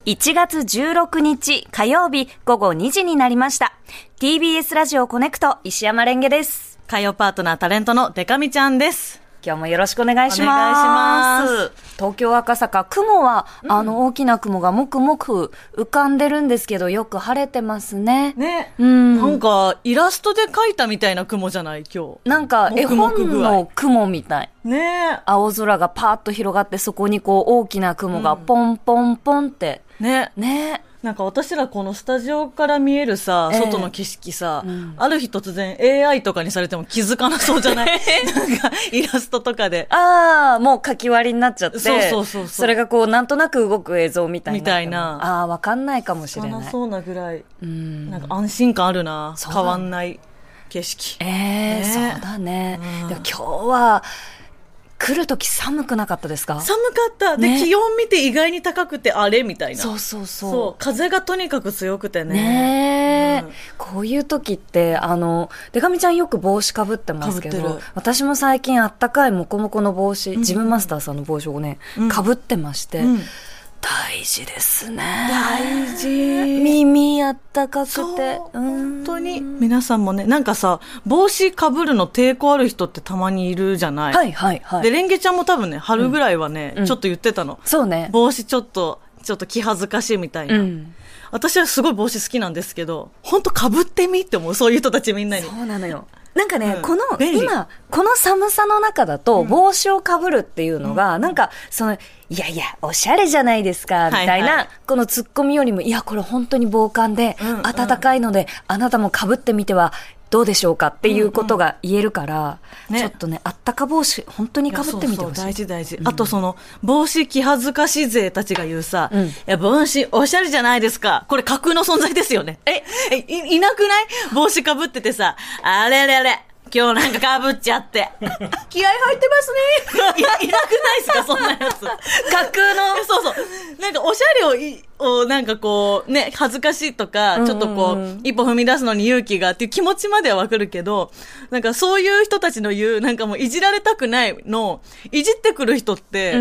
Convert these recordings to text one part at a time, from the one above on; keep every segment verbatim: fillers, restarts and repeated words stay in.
いちがつじゅうろくにち火曜日午後にじになりました。 ティービーエス ラジオコネクト石山レンゲです。 火曜パートナータレントのデカミちゃんです。 今日もよろしくお願いします。お願いします。東京赤坂、雲は、うん、あの大きな雲がもくもく浮かんでるんですけど、よく晴れてますね。 ね、うん、なんかイラストで描いたみたいな雲じゃない？今日なんか絵本の雲みたいね。 青空がパーッと広がって、そこにこう大きな雲がポンポンポンってねね。 なんか私らこのスタジオから見えるさ、えー、外の景色さ、うん、ある日突然 エーアイ とかにされても気づかなそうじゃない？なんかイラストとかで。 ああ、もう書き割りになっちゃって。 そうそうそうそう。 それがこうなんとなく動く映像みたいな。 みたいな。 ああ、わかんないかもしれない。 わかんなそうなぐらい。 うん。 なんか安心感あるな。変わんない景色。 ええーね、そうだね。うん、でも今日は、来るとき寒くなかったですか？ 寒かった。で、ね、気温見て意外に高くてあれみたいな。 そうそうそう。 そう。風がとにかく強くてね。 ねえ、うん、こういう時って、あの、デカミちゃんよく帽子かぶってますけど、私も最近あったかいモコモコの帽子、うん、ジムマスターさんの帽子をね、かぶってまして、うんうん、大事ですね。 大事。 耳あったかくて。 本当に。皆さんもね、なんかさ、帽子かぶるの抵抗ある人ってたまにいるじゃない？ はいはいはい。 で、レンゲちゃんも多分ね、春ぐらいはね、うん、ちょっと言ってたの。 そうね。 帽子ちょっと、ちょっと気恥ずかしいみたいな。うん、私はすごい帽子好きなんですけど、本当かぶってみって思う。そういう人たちみんなに。 そうなのよ。なんかね、うん、この、今、この寒さの中だと、帽子をかぶるっていうのが、うん、なんか、その、いやいや、おしゃれじゃないですか、みたいな、はいはい、このツッコミよりも、いや、これ本当に防寒で、うんうん、暖かいので、あなたもかぶってみては、どうでしょうかっていうことが言えるから、うんうん、ちょっとね、あったか帽子、本当にかぶってみてほしい。 そうそう、大事大事。うん、あとその、帽子気恥ずかし勢たちが言うさ、うん、いや、帽子おしゃれじゃないですか。これ架空の存在ですよね。え、え、い、いなくない？帽子かぶっててさ、あれあれあれ。今日なんかかぶっちゃって。 気合入ってますね。 いや、いなくないですか、そんなやつ。 架空の。 そうそう。なんかおしゃれをい、をなんかこう、ね、恥ずかしいとか、うんうんうん、ちょっとこう、一歩踏み出すのに勇気がっていう気持ちまではわかるけど、なんかそういう人たちの言う、なんかもういじられたくないの、いじってくる人って、うん、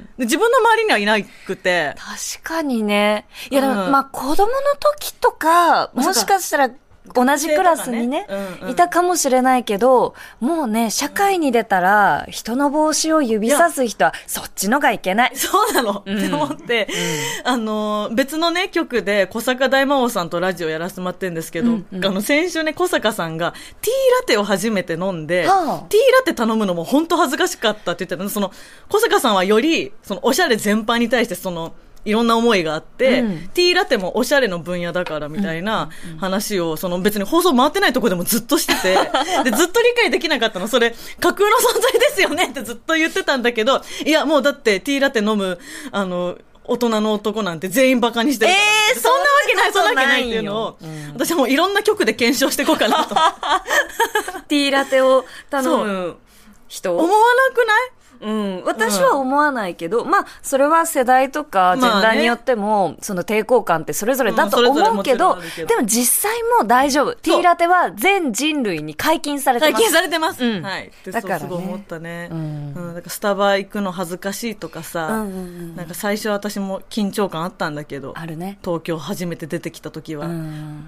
自分の周りにはいなくて。 確かにね。いや、でも、うん、まあ子供の時とか、もしかしたら、同じクラスにね、うんうん、いたかもしれないけど、もうね、社会に出たら、人の帽子を指さす人は、そっちのがいけない。 そうなの、うん、って思って、うん、あの、別のね、局で、小坂大魔王さんとラジオやらせてもらってるんですけど、うんうん、あの、先週ね、小坂さんが、ティーラテを初めて飲んで、はあ、ティーラテ頼むのも本当恥ずかしかったって言ってたの。その、小坂さんはより、その、おしゃれ全般に対して、その、いろんな思いがあって、うん、ティーラテもおしゃれの分野だからみたいな話を、その別に放送回ってないとこでもずっとしてて、で、ずっと理解できなかったの。それ、架空の存在ですよねってずっと言ってたんだけど、いや、もうだってティーラテ飲む、あの、大人の男なんて全員バカにしてるから。 えー、 そんなわけない、そんなわけないっていうのを、うん、私はもういろんな曲で検証していこうかなと。 ティーラテを頼む人。 思わなくない？ うん、私は思わないけど、うん、まあ、それは世代とかジェンダーによっても、まあね、その抵抗感ってそれぞれだと思うけど、うん、けどでも実際も大丈夫。ティーラテは全人類に解禁されてます。 解禁されてます。 うん、 はい。 だから、ね、 すごい思ったね。うん。うん、だからスタバ行くの恥ずかしいとかさ、うんうんうん、なんか最初私も緊張感あったんだけど、 あるね。 東京初めて出てきた時は、うん、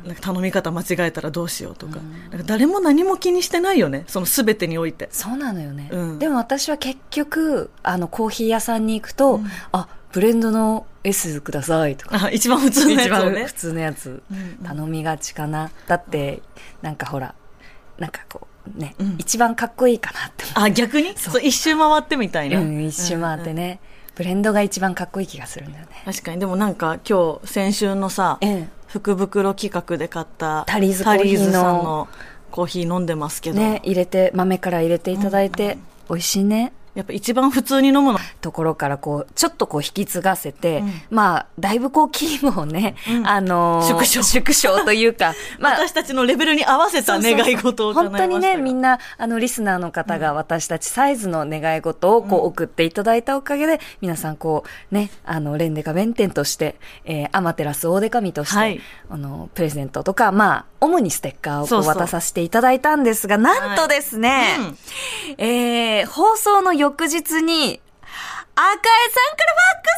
なんか頼み方間違えたらどうしようとか、うん、なんか誰も何も気にしてないよね。その全てにおいて。 そうなのよね。うん、でも私は結局、あの、コーヒー屋さんに行くと、うん、あ、ブレンドの S くださいとか。 あ、一番普通のやつ、ね。 一番普通のやつ、うん、頼みがちかな。だって、なんかほら、なんかこう、ね、うん、一番かっこいいかなって思う。 あ、逆にそう、一周回ってみたいな。 うん、一周回ってね、うんうん。ブレンドが一番かっこいい気がするんだよね。 確かに。でもなんか今日、先週のさ、ええ、福袋企画で買ったタリーズコーヒー の, さんのコーヒー飲んでますけど。 ね、入れて、豆から入れていただいて、うんうん、美味しいね。 やっぱ一番普通に飲むのところからこうちょっとこう引き継がせて、うん、まあだいぶこうキームをね、うん、あのー、 縮小縮小というか、 まあ、私たちのレベルに合わせた願い事を叶えましたが、 本当にね、みんなあのリスナーの方が私たちサイズの願い事をこう送っていただいたおかげで、うん、皆さんこうね、あのレンデカ弁天として、えー、アマテラス大デカミとして、はい、あのプレゼントとか、まあ主にステッカーをこう渡させていただいたんですが、そうそう、なんとですね、はい、うん、えー、放送の翌日に赤江さんから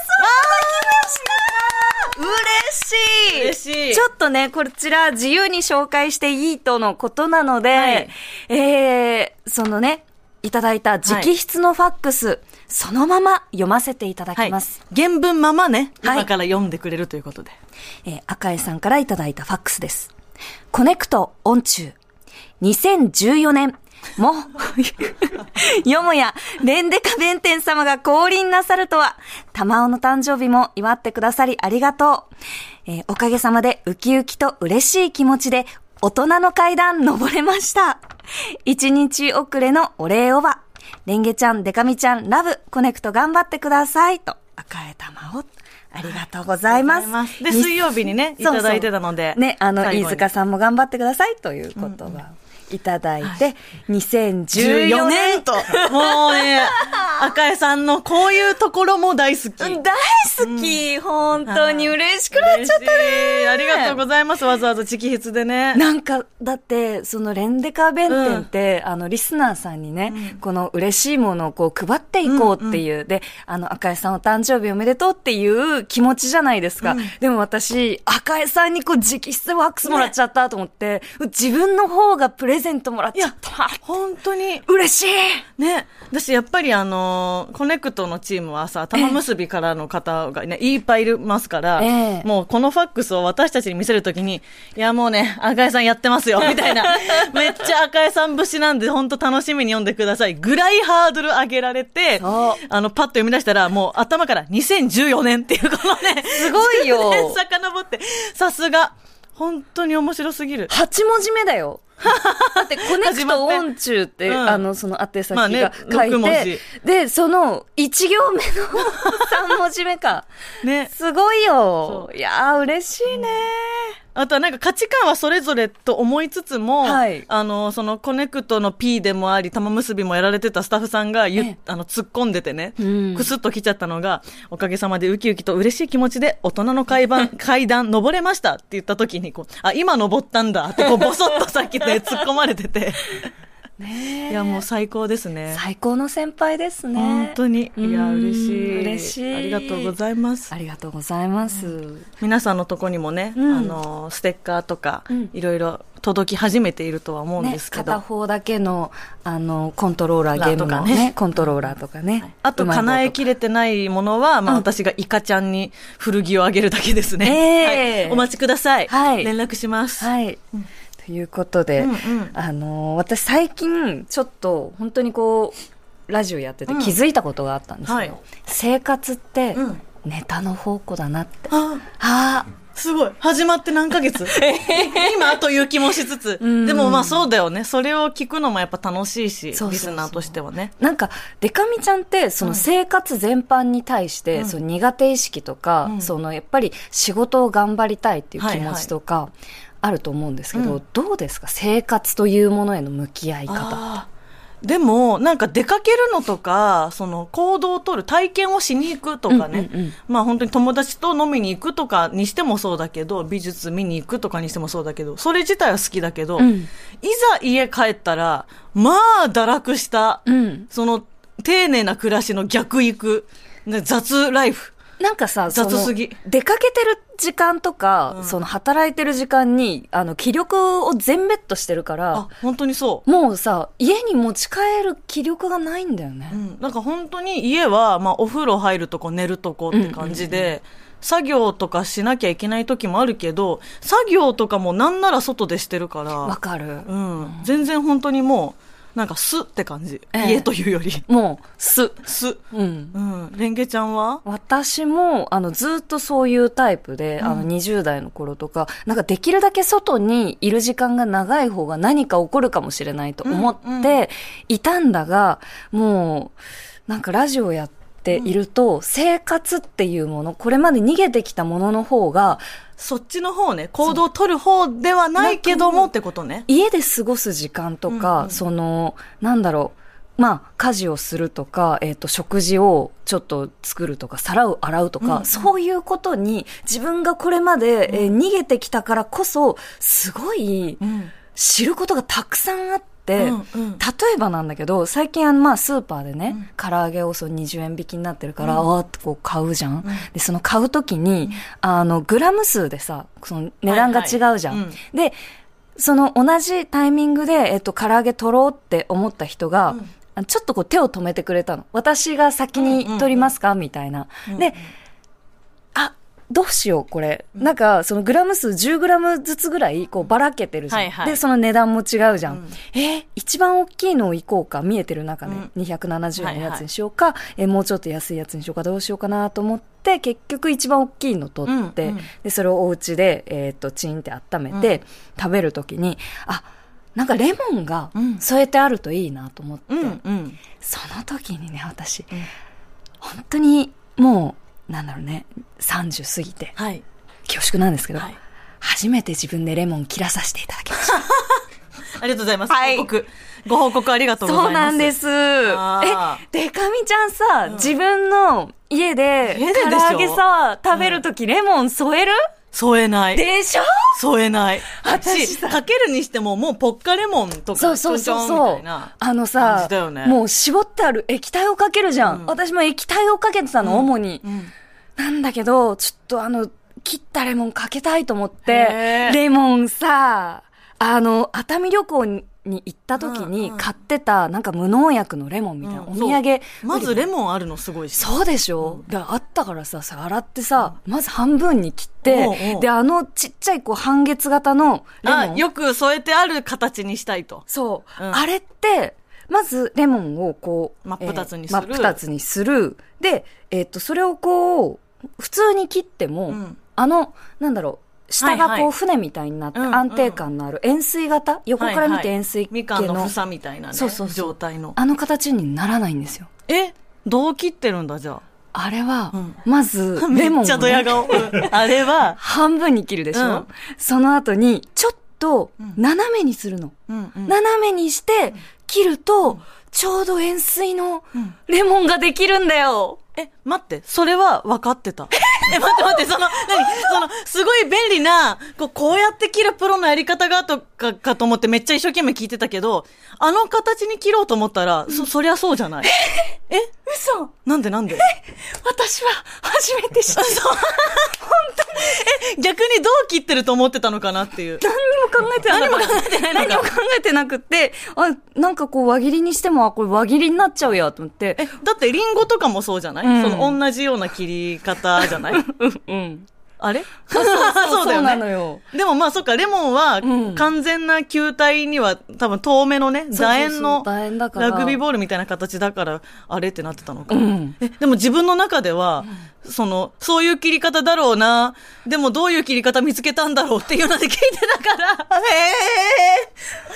ファックスをいただきました。嬉しい。 嬉しい。 ちょっとね、こちら自由に紹介していいとのことなので、はい、えー、そのね、いただいた直筆のファックス、はい、そのまま読ませていただきます。 はい、原文ままね、今から読んでくれるということで。はい、 えー、赤江さんからいただいたファックスです。コネクト音中。にせんじゅうよねん。も、よもや、レンデカ弁天様が降臨なさるとは、玉尾の誕生日も祝ってくださりありがとう。えー、おかげさまでウキウキと嬉しい気持ちで、大人の階段登れました。一日遅れのお礼をば。レンゲちゃん、デカミちゃん、ラブ、コネクト頑張ってください。と、赤江玉緒。ありがとうございます。 で、水曜日にね、いただいてたので。 ね、あの、飯塚さんも頑張ってくださいという言葉をいただいて、はい、にせんじゅうよねんと。 もうね、赤江さんのこういうところも大好き。大好き、うん、本当に嬉しくなっちゃったね。 ありがとうございます。わざわざ直筆でね。 なんか、だって、そのレンデカ弁天って、うん、あの、リスナーさんにね、うん、この嬉しいものをこう配っていこうっていう、うんうん、で、あの、赤江さんお誕生日おめでとうっていう気持ちじゃないですか。うん、でも私、赤江さんにこう直筆ワックスもらっちゃったと思って、ね、自分の方がプレゼントもらっちゃった。 本当に。 嬉しいね。私、やっぱりあの、コネクトのチームはさ、玉結びからの方がね、いっぱいいますから、えー、もうこのファックスを私たちに見せるときに、いやもうね、赤江さんやってますよ、みたいな。めっちゃ赤江さん節なんで、本当楽しみに読んでください。ぐらいハードル上げられて、あの、パッと読み出したら、もう頭からにせんじゅうよねんっていうこのね、 すごいよ。 遡って、さすが。本当に面白すぎる。 はち文字目だよ。だって、コネクト音中って、うん、あの、その宛先が書いて、まあね、で、その、いち行目のさん文字目か。ね。すごいよ。いやー、嬉しいね。 あとはなんか価値観はそれぞれと思いつつも、はい、あの、そのコネクトの P でもあり、玉結びもやられてたスタッフさんがゆあの突っ込んでてね、うん、くすっと来ちゃったのが、おかげさまでウキウキと嬉しい気持ちで大人の階段、階段登れましたって言った時にこう、あ、今登ったんだってこうボソッとさっきね、突っ込まれてて。ね、いやもう最高ですね。 最高の先輩ですね。 本当に。いや嬉しい。 嬉しい。 ありがとうございます。 ありがとうございます。うん、 皆さんのとこにもね、うん、あのステッカーとか、うん、いろいろ届き始めているとは思うんですけど、ね、 片方だけのあのコントローラーゲームのね、コントローラーとかね。はい、 あと叶えきれてないものは、まあ、私がイカちゃんに古着をあげるだけですね。えーはい、お待ちください。はい、連絡します。 はい。うんということで、うんうん、あのー、私最近ちょっと本当にこうラジオやってて気づいたことがあったんですけど、うんはい、生活ってネタの宝庫だなって、うん、はあすごい始まって何ヶ月今という気もしつつ、うん、でもまあそうだよね、それを聞くのもやっぱ楽しいし、そうそうそうリスナーとしてはね。 なんかデカミちゃんってその生活全般に対して、うん、その苦手意識とか、うん、そのやっぱり仕事を頑張りたいっていう気持ちとか、はいはいあると思うんですけど、うん、どうですか生活というものへの向き合い方。 でもなんか出かけるのとかその行動を取る体験をしに行くとかね、うんうんうん、まあ本当に友達と飲みに行くとかにしてもそうだけど、美術見に行くとかにしてもそうだけど、それ自体は好きだけど、うん、いざ家帰ったらまあ堕落した、うん、その丁寧な暮らしの逆行く雑ライフなんかさ、雑すぎ。出かけてる時間とか、うん、その働いてる時間に、あの、気力を全ベットしてるから。 あ、本当にそう。 もうさ、家に持ち帰る気力がないんだよね。 うん。なんか本当に家は、まあ、お風呂入るとこ寝るとこって感じで、うんうんうん、作業とかしなきゃいけない時もあるけど、作業とかもなんなら外でしてるから。 わかる。 うん。全然本当にもう、なんかすって感じ、えー、家というよりもうすすうんうんレンゲちゃんは？ 私もあのずっとそういうタイプで、うん、あのにじゅう代の頃とかなんかできるだけ外にいる時間が長い方が何か起こるかもしれないと思っていたんだが、うんうん、もうなんかラジオやっていると、うん、生活っていうもの、これまで逃げてきたものの方がそっちの方ね、行動を取る方ではないけどもってことね。 家で過ごす時間とか、うんうん、その、なんだろう、まあ、家事をするとか、えっと、食事をちょっと作るとか、皿を洗うとか、うんうん、そういうことに自分がこれまで、うん、えー、逃げてきたからこそ、すごい、知ることがたくさんあって、 、うんうん、例えばなんだけど、最近あの、まあ、スーパーでね、うん、唐揚げをそうにじゅうえん引きになってるから、うん、わーってこう買うじゃん。うん、で、その買うときに、うん、あの、グラム数でさ、その値段が違うじゃん。はいはいうん、で、その同じタイミングで、えっと、唐揚げ取ろうって思った人が、うん、ちょっとこう手を止めてくれたの。私が先に取りますか、うんうんうん、みたいな。で、うんうん、あ、どうしようこれ、うん、なんかそのグラム数じゅうグラムずつぐらいこうばらけてるじゃん、はいはい、でその値段も違うじゃん、うん、えー、一番大きいのをいこうか、見えてる中で、うん、にひゃくななじゅうえんのやつにしようか、はいはい、えー、もうちょっと安いやつにしようか、どうしようかなと思って結局一番大きいの取って、うんうん、でそれをお家で、えー、っとチンって温めて、うん、食べるときに、あ、なんかレモンが添えてあるといいなと思って、うんうん、その時にね私、うん、本当にもうなんだろうね、さんじゅう過ぎて、はい、恐縮なんですけど、はい、初めて自分でレモン切らさせていただきましたありがとうございます、はい、報告ご報告ありがとうございます。 そうなんです。え、でかみちゃんさ、うん、自分の家で唐揚げさ食べるとき、うん、レモン添える？ 添えない。 でしょ？ 添えない。 私さ、かけるにしてももうポッカレモンとかそうそうそうそうみたいなあのさ、ね、もう絞ってある液体をかけるじゃん、うん、私も液体をかけてたの、うん、主に、うん、なんだけどちょっとあの切ったレモンかけたいと思ってレモンさ、あの熱海旅行にに行った時に買ってたなんか無農薬のレモンみたいな、うん、お土産、 まずレモンあるのすごいし、 そうでしょ、うん、だからあったからさ洗ってさ、うん、まず半分に切って、おうおうであのちっちゃいこう半月型のレモン、 あ、よく添えてある形にしたいと、 そう、うん、あれってまずレモンをこう真っ二つにする、 えー、真っ二つにするで、えー、っとそれをこう普通に切っても、うん、あのなんだろう下がこう船みたいになって安定感のある円錐型、横から見て円錐系の、 みかんの房みたいなね、そうそうそう状態のあの形にならないんですよ。 え、どう切ってるんだじゃあ。 あれは、うん、まずレモンを、ね、 めっちゃドヤ顔あれは半分に切るでしょ、うん、その後にちょっと斜めにするの、うんうん、斜めにして切ると、うん、ちょうど円錐のレモンができるんだよ。 え、待って、それは分かってた。え、待って待って、その、何その、すごい便利な、こう、こうやって切るプロのやり方がとか、かと思ってめっちゃ一生懸命聞いてたけど、あの形に切ろうと思ったら、うん、そ、そりゃそうじゃない。ええ嘘なんでなんでえ私は初めて知った。そう。本当にえ、逆にどう切ってると思ってたのかなっていう。 何にも考えてなかった。何も考えてないのか。何も考えてなくって、あ、なんかこう輪切りにしても、あ、これ輪切りになっちゃうやと思って。 え、だってリンゴとかもそうじゃない、うん、その同じような切り方じゃないうん。あれそうそうそうだよね。そうなのよ。 でもまあそっか、レモンは完全な球体には多分遠めのね、楕円のラグビーボールみたいな形だから、あれってなってたのか。うん、えでも自分の中では、うん、その、そういう切り方だろうな、でもどういう切り方見つけたんだろうっていうので聞いてたから、へ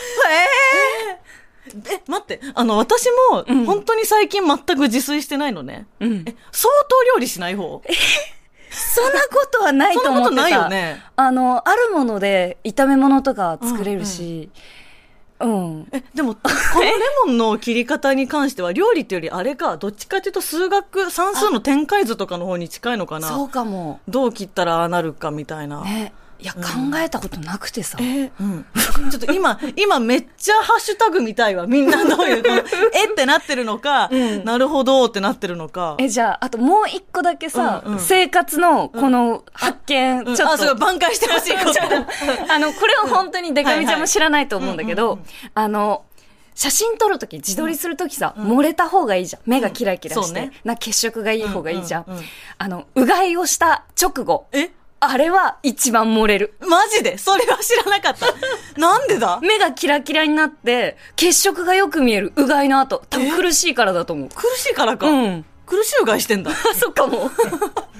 ー、へー、え、待って、あの、私も、本当に最近全く自炊してないのね。うん、え、相当料理しない方？えそんなことはないと思ってた。そんなことないよね。あの、あるもので炒め物とか作れるし、うん、うん。 え、でも、このレモンの切り方に関しては、料理っていうよりあれか、どっちかというと数学、算数の展開図とかの方に近いのかな。 そうかも。 どう切ったらああなるかみたいな。 ね。いや、うん、考えたことなくてさ。 え、うん。ちょっと今、今めっちゃハッシュタグ見たいわ。みんなどういう、えってなってるのか、うん、なるほどってなってるのか。 え、じゃあ、あともう一個だけさ、うんうん、生活のこの発見、 うん、 ちょっと。 あ、そう、挽回してほしいこと。 あの、これは本当にデカミちゃんも知らないと思うんだけど、あの、写真撮るとき、自撮りするときさ、うん、漏れた方がいいじゃん。目がキラキラして。うんね、な血色がいい方がいいじゃん。うんうんうん、あの、うがいをした直後。えあれは一番漏れる。 マジでそれは知らなかった。なんでだ目がキラキラになって、血色がよく見える。うがいの後。多分苦しいからだと思う。 苦しいからか。うん。苦しいうがいしてんだ。 そっかも。